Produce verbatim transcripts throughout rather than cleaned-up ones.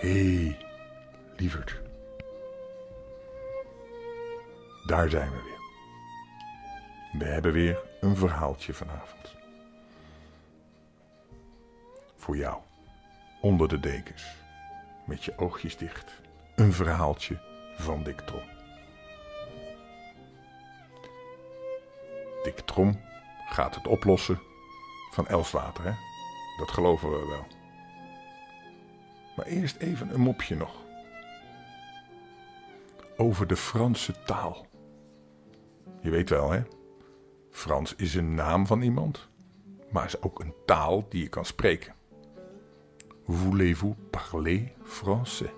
Hé, hey, lieverd. Daar zijn we weer. We hebben weer een verhaaltje vanavond. Voor jou, onder de dekens, met je oogjes dicht. Een verhaaltje van Dick Trom. Dick Trom gaat het oplossen van Elswater, hè? Dat geloven we wel. Maar eerst even een mopje nog. Over de Franse taal. Je weet wel, hè? Frans is een naam van iemand, maar is ook een taal die je kan spreken. Voulez-vous parler français?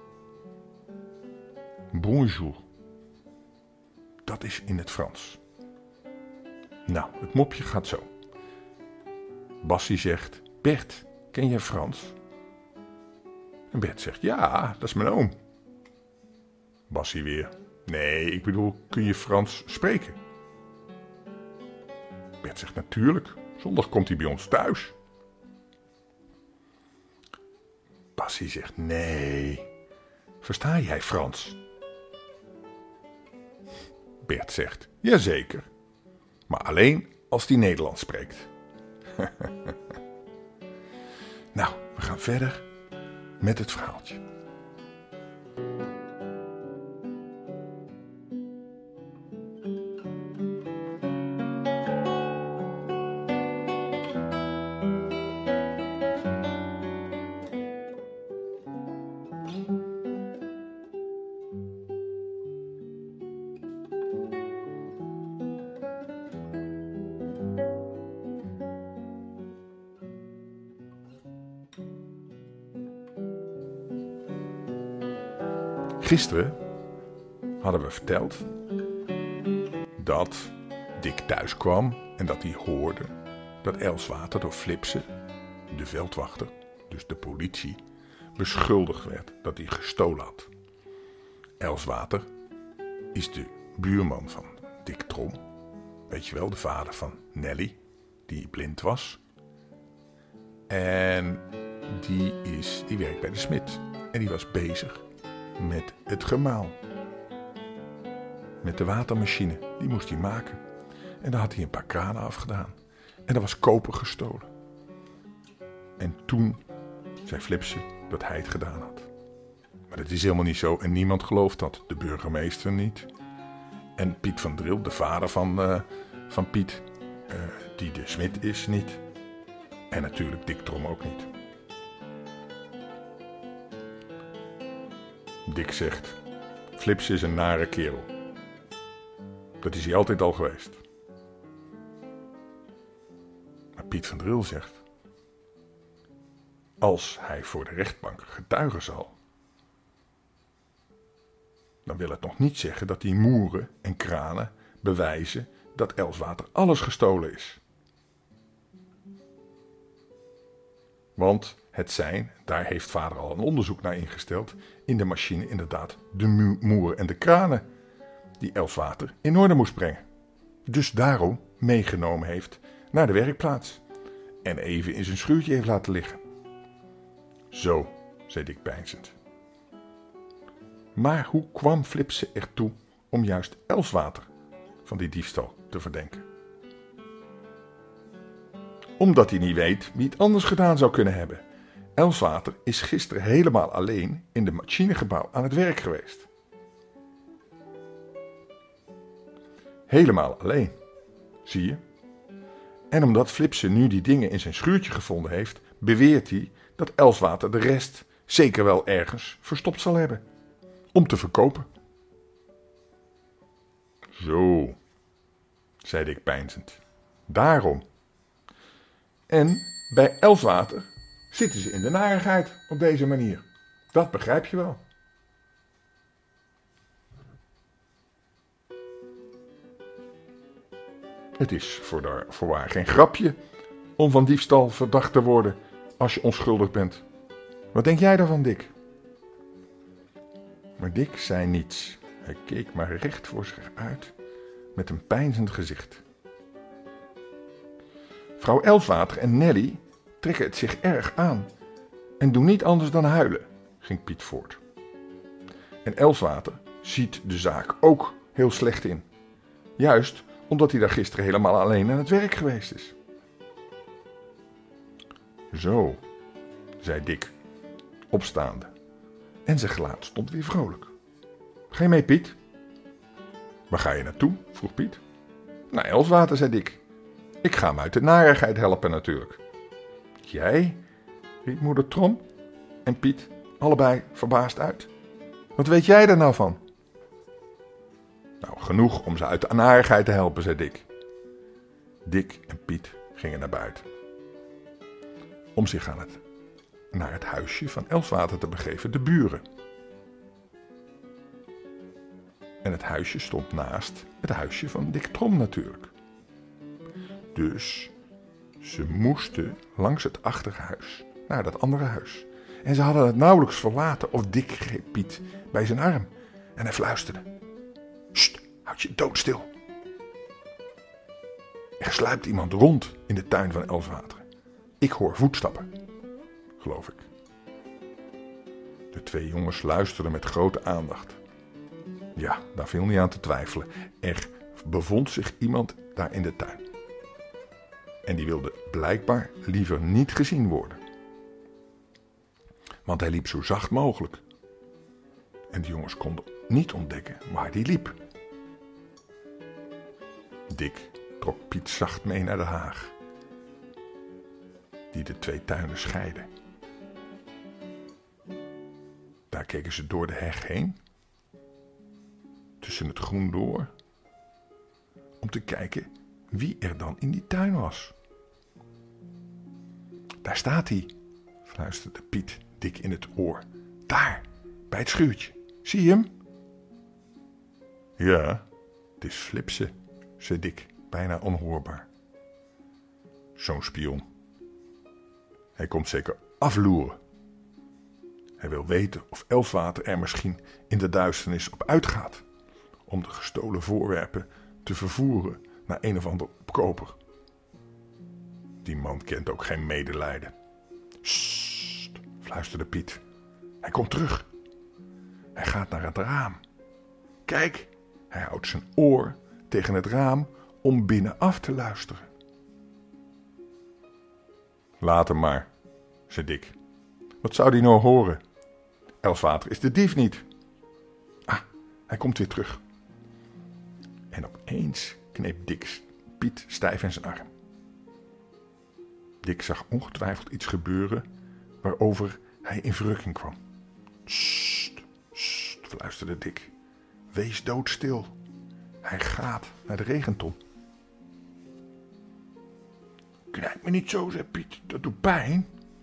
Bonjour. Dat is in het Frans. Nou, het mopje gaat zo. Bassie zegt, Bert, ken jij Frans? En Bert zegt, ja, dat is mijn oom. Bassie weer, nee, ik bedoel, kun je Frans spreken? Bert zegt, natuurlijk, zondag komt hij bij ons thuis. Bassie zegt, nee, versta jij Frans? Bert zegt, jazeker, maar alleen als hij Nederlands spreekt. Nou, we gaan verder met het verhaaltje. Gisteren hadden we verteld dat Dick thuis kwam en dat hij hoorde dat Elswater door Flipse, de veldwachter, dus de politie, beschuldigd werd dat hij gestolen had. Elswater is de buurman van Dick Trom, weet je wel, de vader van Nelly, die blind was. En die, is, die werkt bij de smid en die was bezig met het gemaal. Met de watermachine, die moest hij maken. En daar had hij een paar kranen afgedaan. En er was koper gestolen. En toen zei Flipse dat hij het gedaan had. Maar dat is helemaal niet zo en niemand gelooft dat. De burgemeester niet. En Piet van Dril, de vader van, uh, van Piet, uh, die de smid is, niet. En natuurlijk Dick Trom ook niet. Dick zegt, Flips is een nare kerel. Dat is hij altijd al geweest. Maar Piet van Dril zegt, als hij voor de rechtbank getuigen zal, dan wil het nog niet zeggen dat die moeren en kranen bewijzen dat Elswater alles gestolen is. Want het zijn, daar heeft vader al een onderzoek naar ingesteld, in de machine inderdaad de mu- moeren en de kranen die Elswater in orde moest brengen. Dus daarom meegenomen heeft naar de werkplaats en even in zijn schuurtje heeft laten liggen. Zo, zei Dick peinzend. Maar hoe kwam Flipse ertoe om juist Elswater van die diefstal te verdenken? Omdat hij niet weet wie het anders gedaan zou kunnen hebben. Elswater is gisteren helemaal alleen in de machinegebouw aan het werk geweest. Helemaal alleen, zie je? En omdat Flipse nu die dingen in zijn schuurtje gevonden heeft, beweert hij dat Elswater de rest zeker wel ergens verstopt zal hebben. Om te verkopen. Zo, zei ik peinzend. Daarom. En bij Elswater zitten ze in de narigheid op deze manier. Dat begrijp je wel. Het is voor voorwaar geen grapje om van diefstal verdacht te worden als je onschuldig bent. Wat denk jij daarvan, Dick? Maar Dick zei niets. Hij keek maar recht voor zich uit met een peinzend gezicht. Vrouw Elswater en Nelly trekken het zich erg aan en doen niet anders dan huilen. ging Piet voort. En Elswater ziet de zaak ook heel slecht in. Juist omdat hij daar gisteren helemaal alleen aan het werk geweest is. Zo, zei Dick, opstaande. En zijn gelaat stond weer vrolijk. Ga je mee, Piet? Waar ga je naartoe? Vroeg Piet. Naar Elswater, zei Dick. Ik ga hem uit de narigheid helpen natuurlijk. Jij? Riep moeder Trom en Piet allebei verbaasd uit. Wat weet jij daar nou van? Nou, genoeg om ze uit de narigheid te helpen, zei Dick. Dick en Piet gingen naar buiten. Om zich aan het, naar het huisje van Elswater te begeven, de buren. En het huisje stond naast het huisje van Dick Trom natuurlijk. Dus ze moesten langs het achterhuis naar dat andere huis. En ze hadden het nauwelijks verlaten of Dick greep Piet bij zijn arm. En hij fluisterde. Sst, houd je doodstil. Er sluipt iemand rond in de tuin van Elswater. Ik hoor voetstappen, geloof ik. De twee jongens luisterden met grote aandacht. Ja, daar viel niet aan te twijfelen. Er bevond zich iemand daar in de tuin. En die wilde blijkbaar liever niet gezien worden. Want hij liep zo zacht mogelijk. En de jongens konden niet ontdekken waar hij liep. Dick trok Piet zacht mee naar de haag, die de twee tuinen scheidde. Daar keken ze door de heg heen, tussen het groen door, om te kijken wie er dan in die tuin was. Daar staat hij, fluisterde Piet Dick in het oor. Daar, bij het schuurtje. Zie je hem? Ja, het is Flipse, zei Dick, bijna onhoorbaar. Zo'n spion. Hij komt zeker afloeren. Hij wil weten of Elswater er misschien in de duisternis op uitgaat om de gestolen voorwerpen te vervoeren naar een of ander opkoper. Die man kent ook geen medelijden. Sst, fluisterde Piet. Hij komt terug. Hij gaat naar het raam. Kijk, hij houdt zijn oor tegen het raam om binnenaf te luisteren. Laat hem maar, zei Dick. Wat zou die nou horen? Elswater is de dief niet. Ah, hij komt weer terug. En opeens kneep Dick Piet stijf in zijn arm. Dick zag ongetwijfeld iets gebeuren waarover hij in verrukking kwam. Sst, sst, fluisterde Dick. Wees doodstil. Hij gaat naar de regenton. Knijp me niet zo, zei Piet. Dat doet pijn.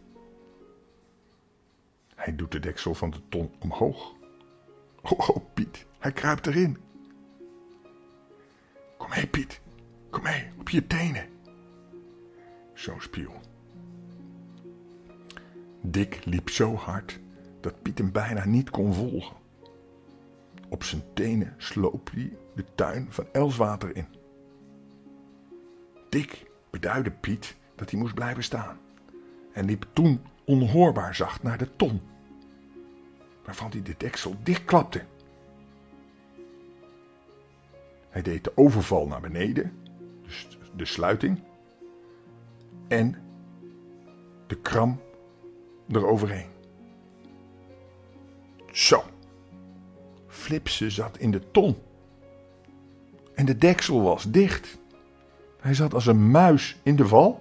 Hij doet de deksel van de ton omhoog. Oh, oh, Piet, hij kruipt erin. Kom mee, Piet. Kom mee, op je tenen. Zo'n spion. Dick liep zo hard dat Piet hem bijna niet kon volgen. Op zijn tenen sloop hij de tuin van Elswater in. Dick beduidde Piet dat hij moest blijven staan en liep toen onhoorbaar zacht naar de ton, waarvan hij de deksel dichtklapte. Hij deed de overval naar beneden, dus de sluiting, en de kram eroverheen. Zo. Flipse zat in de ton. En de deksel was dicht. Hij zat als een muis in de val.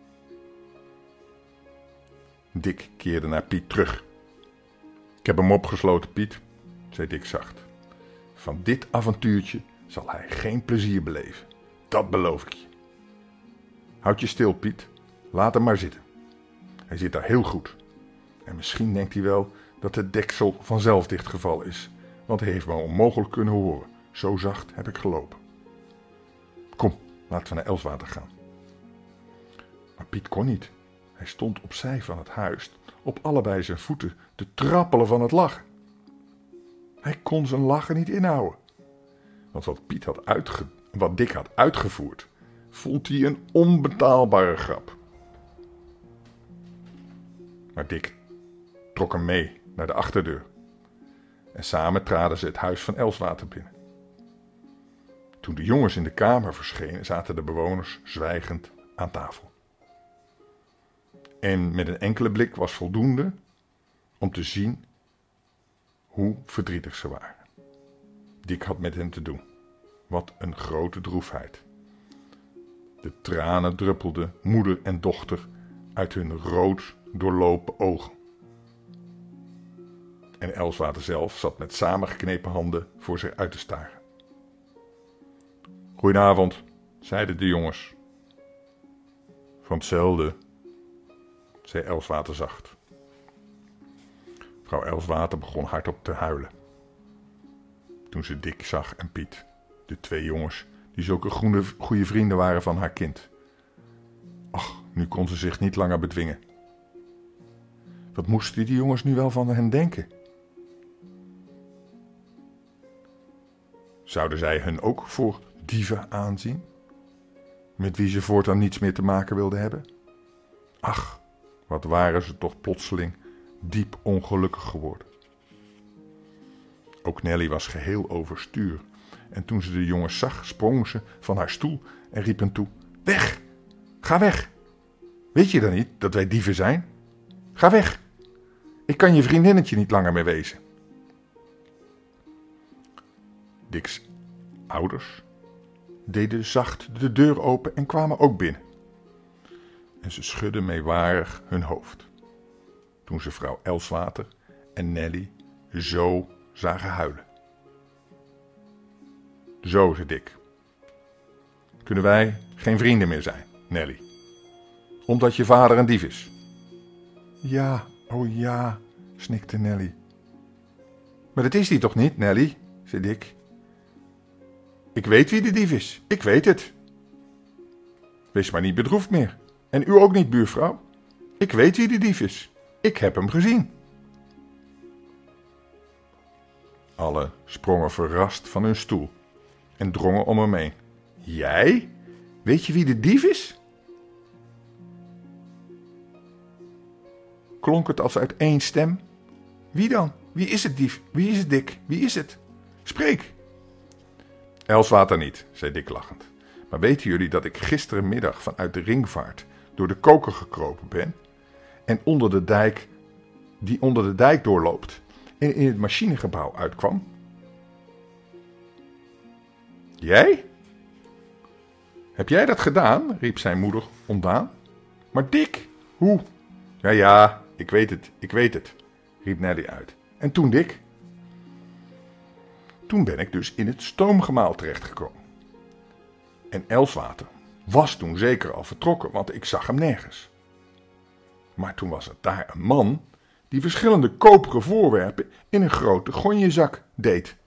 Dick keerde naar Piet terug. Ik heb hem opgesloten, Piet, zei Dick zacht. Van dit avontuurtje zal hij geen plezier beleven. Dat beloof ik je. Houd je stil, Piet. Laat hem maar zitten. Hij zit daar heel goed. En misschien denkt hij wel dat de deksel vanzelf dichtgevallen is. Want hij heeft me onmogelijk kunnen horen. Zo zacht heb ik gelopen. Kom, laten we naar Elswater gaan. Maar Piet kon niet. Hij stond opzij van het huis, op allebei zijn voeten, te trappelen van het lachen. Hij kon zijn lachen niet inhouden. Want wat Piet had uitge... wat Dick had uitgevoerd, vond hij een onbetaalbare grap. Maar Dick trok hem mee naar de achterdeur. En samen traden ze het huis van Elswater binnen. Toen de jongens in de kamer verschenen, zaten de bewoners zwijgend aan tafel. En met een enkele blik was voldoende om te zien hoe verdrietig ze waren. Dick had met hen te doen. Wat een grote droefheid. De tranen druppelden moeder en dochter uit hun rood doorlopen ogen. En Elswater zelf zat met samengeknepen handen voor zich uit te staren. Goedenavond, zeiden de jongens. Van hetzelfde, zei Elswater zacht. Vrouw Elswater begon hardop te huilen. Toen ze Dick zag en Piet, de twee jongens die zulke goede, goede vrienden waren van haar kind. Ach, nu kon ze zich niet langer bedwingen. Wat moesten die jongens nu wel van hen denken? Zouden zij hun ook voor dieven aanzien, met wie ze voortaan niets meer te maken wilden hebben? Ach, wat waren ze toch plotseling diep ongelukkig geworden. Ook Nelly was geheel overstuur. En toen ze de jongens zag, sprong ze van haar stoel en riep hen toe: weg, ga weg. Weet je dan niet dat wij dieven zijn? Ga weg. Ik kan je vriendinnetje niet langer meer wezen. Dick's ouders deden zacht de deur open en kwamen ook binnen. En ze schudden meewarig hun hoofd, toen ze vrouw Elswater en Nelly zo zagen huilen. Zo, zei Dick. Kunnen wij geen vrienden meer zijn, Nelly? Omdat je vader een dief is. Ja, oh ja, snikte Nelly. Maar dat is die toch niet, Nelly, zei Dick. Ik weet wie de dief is, ik weet het. Wees maar niet bedroefd meer. En u ook niet, buurvrouw. Ik weet wie de dief is. Ik heb hem gezien. Allen sprongen verrast van hun stoel en drongen om hem heen. Jij? Weet je wie de dief is? Klonk het als uit één stem. Wie dan? Wie is het dief? Wie is het, Dick? Wie is het? Spreek. Elswater niet, zei Dick lachend. Maar weten jullie dat ik gisterenmiddag vanuit de ringvaart door de koker gekropen ben en onder de dijk, die onder de dijk doorloopt en in het machinegebouw uitkwam? Jij? Heb jij dat gedaan? Riep zijn moeder ontdaan. Maar Dick, hoe? Ja, ja, ik weet het, ik weet het, riep Nelly uit. En toen, Dick? Toen ben ik dus in het stoomgemaal terechtgekomen. En Elswater was toen zeker al vertrokken, want ik zag hem nergens. Maar toen was er daar een man die verschillende koperen voorwerpen in een grote gonjezak deed.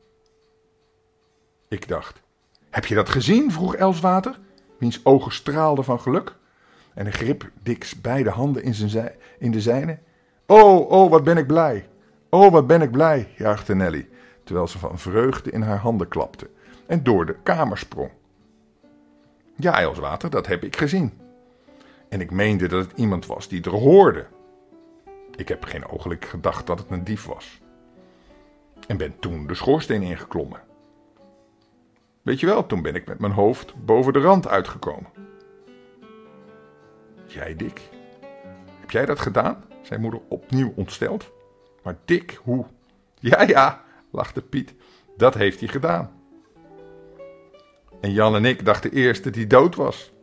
Ik dacht, heb je dat gezien? Vroeg Elswater, wiens ogen straalden van geluk. En hij greep Dick's beide handen in, zijn zij, in de zijne. Oh, oh, wat ben ik blij. Oh, wat ben ik blij, juichte Nelly, terwijl ze van vreugde in haar handen klapte en door de kamer sprong. Ja, Elswater, dat heb ik gezien. En ik meende dat het iemand was die er hoorde. Ik heb geen ogenblik gedacht dat het een dief was. En ben toen de schoorsteen ingeklommen. Weet je wel, toen ben ik met mijn hoofd boven de rand uitgekomen. Jij, Dick? Heb jij dat gedaan? Zei moeder opnieuw ontsteld. Maar Dick, hoe? Ja, ja, lachte Piet. Dat heeft hij gedaan. En Jan en ik dachten eerst dat hij dood was.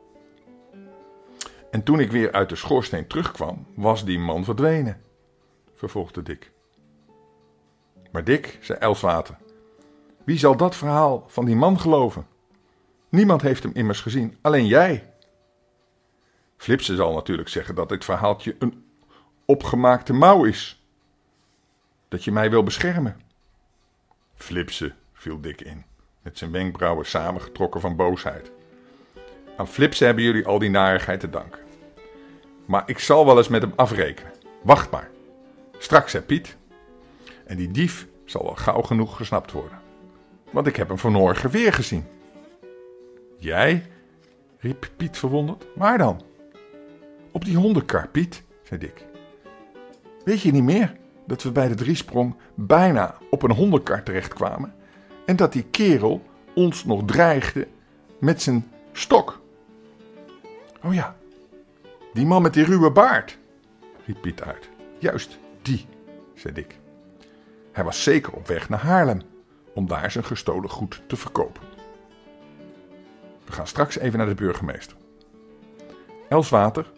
En toen ik weer uit de schoorsteen terugkwam, was die man verdwenen, vervolgde Dick. Maar Dick, zei Elswater, wie zal dat verhaal van die man geloven? Niemand heeft hem immers gezien, alleen jij. Flipse zal natuurlijk zeggen dat dit verhaaltje een opgemaakte mouw is. Dat je mij wil beschermen. Flipse, viel Dick in, met zijn wenkbrauwen samengetrokken van boosheid. Aan Flipse hebben jullie al die narigheid te danken. Maar ik zal wel eens met hem afrekenen. Wacht maar. Straks, hè Piet. En die dief zal wel gauw genoeg gesnapt worden. Want ik heb hem vanmorgen weer gezien. Jij? Riep Piet verwonderd. Waar dan? Op die hondenkar, Piet, zei Dick. Weet je niet meer dat we bij de driesprong bijna op een hondenkar terechtkwamen en dat die kerel ons nog dreigde met zijn stok. Oh ja, die man met die ruwe baard, riep Piet uit. Juist, die, zei Dick. Hij was zeker op weg naar Haarlem om daar zijn gestolen goed te verkopen. We gaan straks even naar de burgemeester. Elswater,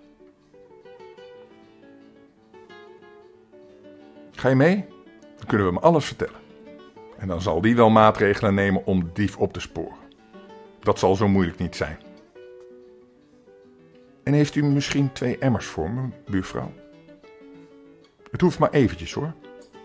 ga je mee? Dan kunnen we hem alles vertellen. En dan zal die wel maatregelen nemen om de dief op te sporen. Dat zal zo moeilijk niet zijn. En heeft u misschien twee emmers voor me, buurvrouw? Het hoeft maar eventjes hoor.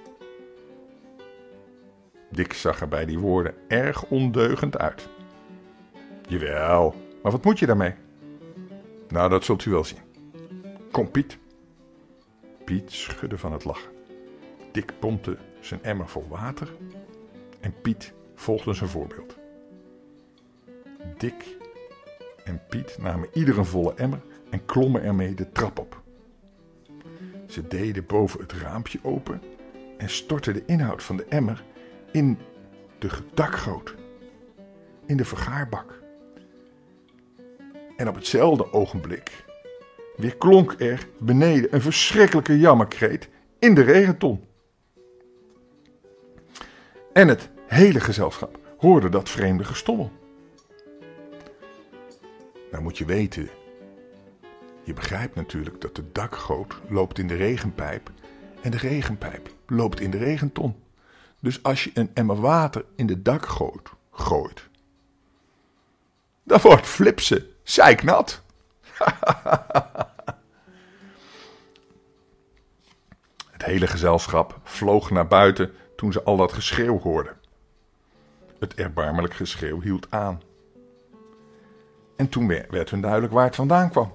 Dick zag er bij die woorden erg ondeugend uit. Jawel, maar wat moet je daarmee? Nou, dat zult u wel zien. Kom, Piet. Piet schudde van het lachen. Dick pompte zijn emmer vol water en Piet volgde zijn voorbeeld. Dick en Piet namen ieder een volle emmer en klommen ermee de trap op. Ze deden boven het raampje open en stortten de inhoud van de emmer in de dakgoot, in de vergaarbak. En op hetzelfde ogenblik weerklonk er beneden een verschrikkelijke jammerkreet in de regenton. En het hele gezelschap hoorde dat vreemde gestommel. Nou moet je weten, je begrijpt natuurlijk dat de dakgoot loopt in de regenpijp en de regenpijp loopt in de regenton. Dus als je een emmer water in de dakgoot gooit, dan wordt Flipse zeiknat. Het hele gezelschap vloog naar buiten toen ze al dat geschreeuw hoorden. Het erbarmelijk geschreeuw hield aan. En toen werd hun duidelijk waar het vandaan kwam.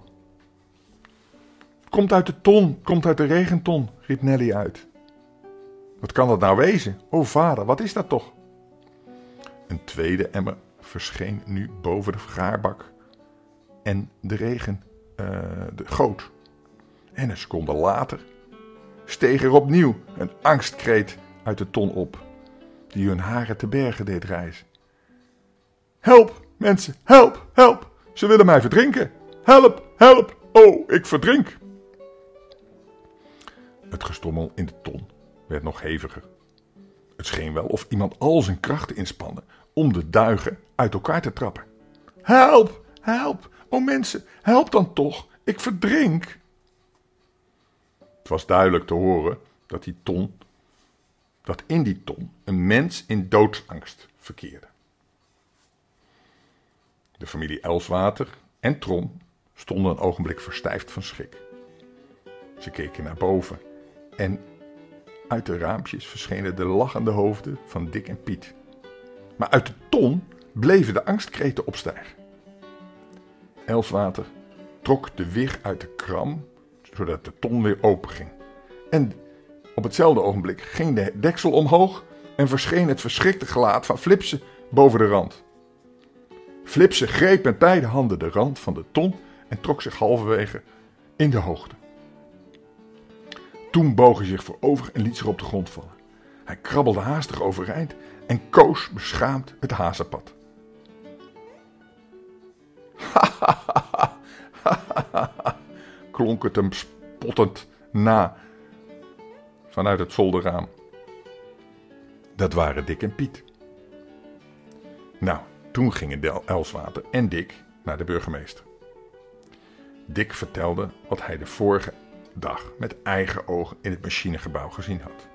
Komt uit de ton, komt uit de regenton, riep Nelly uit. Wat kan dat nou wezen? O vader, wat is dat toch? Een tweede emmer verscheen nu boven de vergaarbak en de regen, uh, de goot. En een seconde later steeg er opnieuw een angstkreet uit de ton op, die hun haren te bergen deed rijzen. Help, mensen, help, help, ze willen mij verdrinken. Help, help, oh, ik verdrink. Het gestommel in de ton werd nog heviger. Het scheen wel of iemand al zijn krachten inspande om de duigen uit elkaar te trappen. Help, help, oh mensen, help dan toch, ik verdrink. Het was duidelijk te horen dat die ton, dat in die ton een mens in doodsangst verkeerde. De familie Elswater en Trom stonden een ogenblik verstijfd van schrik. Ze keken naar boven en uit de raampjes verschenen de lachende hoofden van Dick en Piet. Maar uit de ton bleven de angstkreten opstijgen. Elswater trok de wig uit de kram, zodat de ton weer open ging. En op hetzelfde ogenblik ging de deksel omhoog en verscheen het verschrikte gelaat van Flipse boven de rand. Flipse greep met beide handen de rand van de ton en trok zich halverwege in de hoogte. Toen boog hij zich voorover en liet zich op de grond vallen. Hij krabbelde haastig overeind en koos beschaamd het hazenpad. Ha ha ha ha ha, klonk het hem spottend na vanuit het zolderraam. Dat waren Dick en Piet. Nou, toen gingen Elswater en Dick naar de burgemeester. Dick vertelde wat hij de vorige dag met eigen ogen in het machinegebouw gezien had.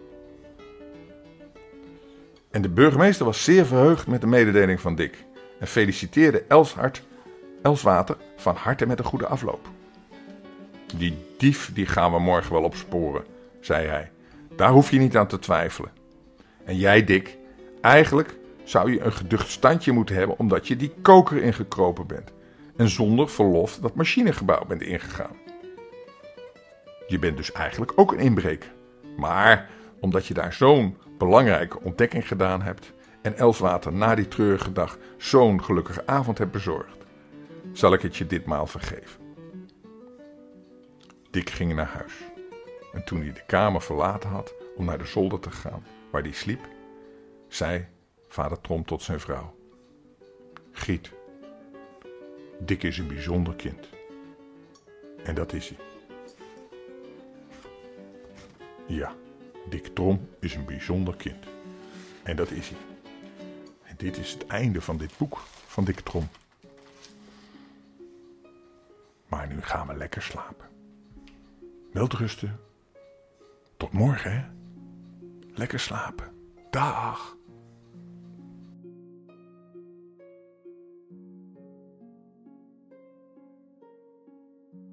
En de burgemeester was zeer verheugd met de mededeling van Dick en feliciteerde Elshart, Elswater van harte met een goede afloop. Die dief die gaan we morgen wel opsporen, zei hij. Daar hoef je niet aan te twijfelen. En jij, Dick, eigenlijk zou je een geducht standje moeten hebben omdat je die koker ingekropen bent en zonder verlof dat machinegebouw bent ingegaan. Je bent dus eigenlijk ook een inbreker. Maar omdat je daar zo'n belangrijke ontdekking gedaan hebt en Elswater na die treurige dag zo'n gelukkige avond hebt bezorgd, zal ik het je ditmaal vergeven. Dick ging naar huis. En toen hij de kamer verlaten had om naar de zolder te gaan waar hij sliep, zei vader Trom tot zijn vrouw: Griet, Dick is een bijzonder kind. En dat is hij. Ja, Dick Trom is een bijzonder kind. En dat is hij. En dit is het einde van dit boek van Dick Trom. Maar nu gaan we lekker slapen. Welterusten. Tot morgen, hè? Lekker slapen. Dag.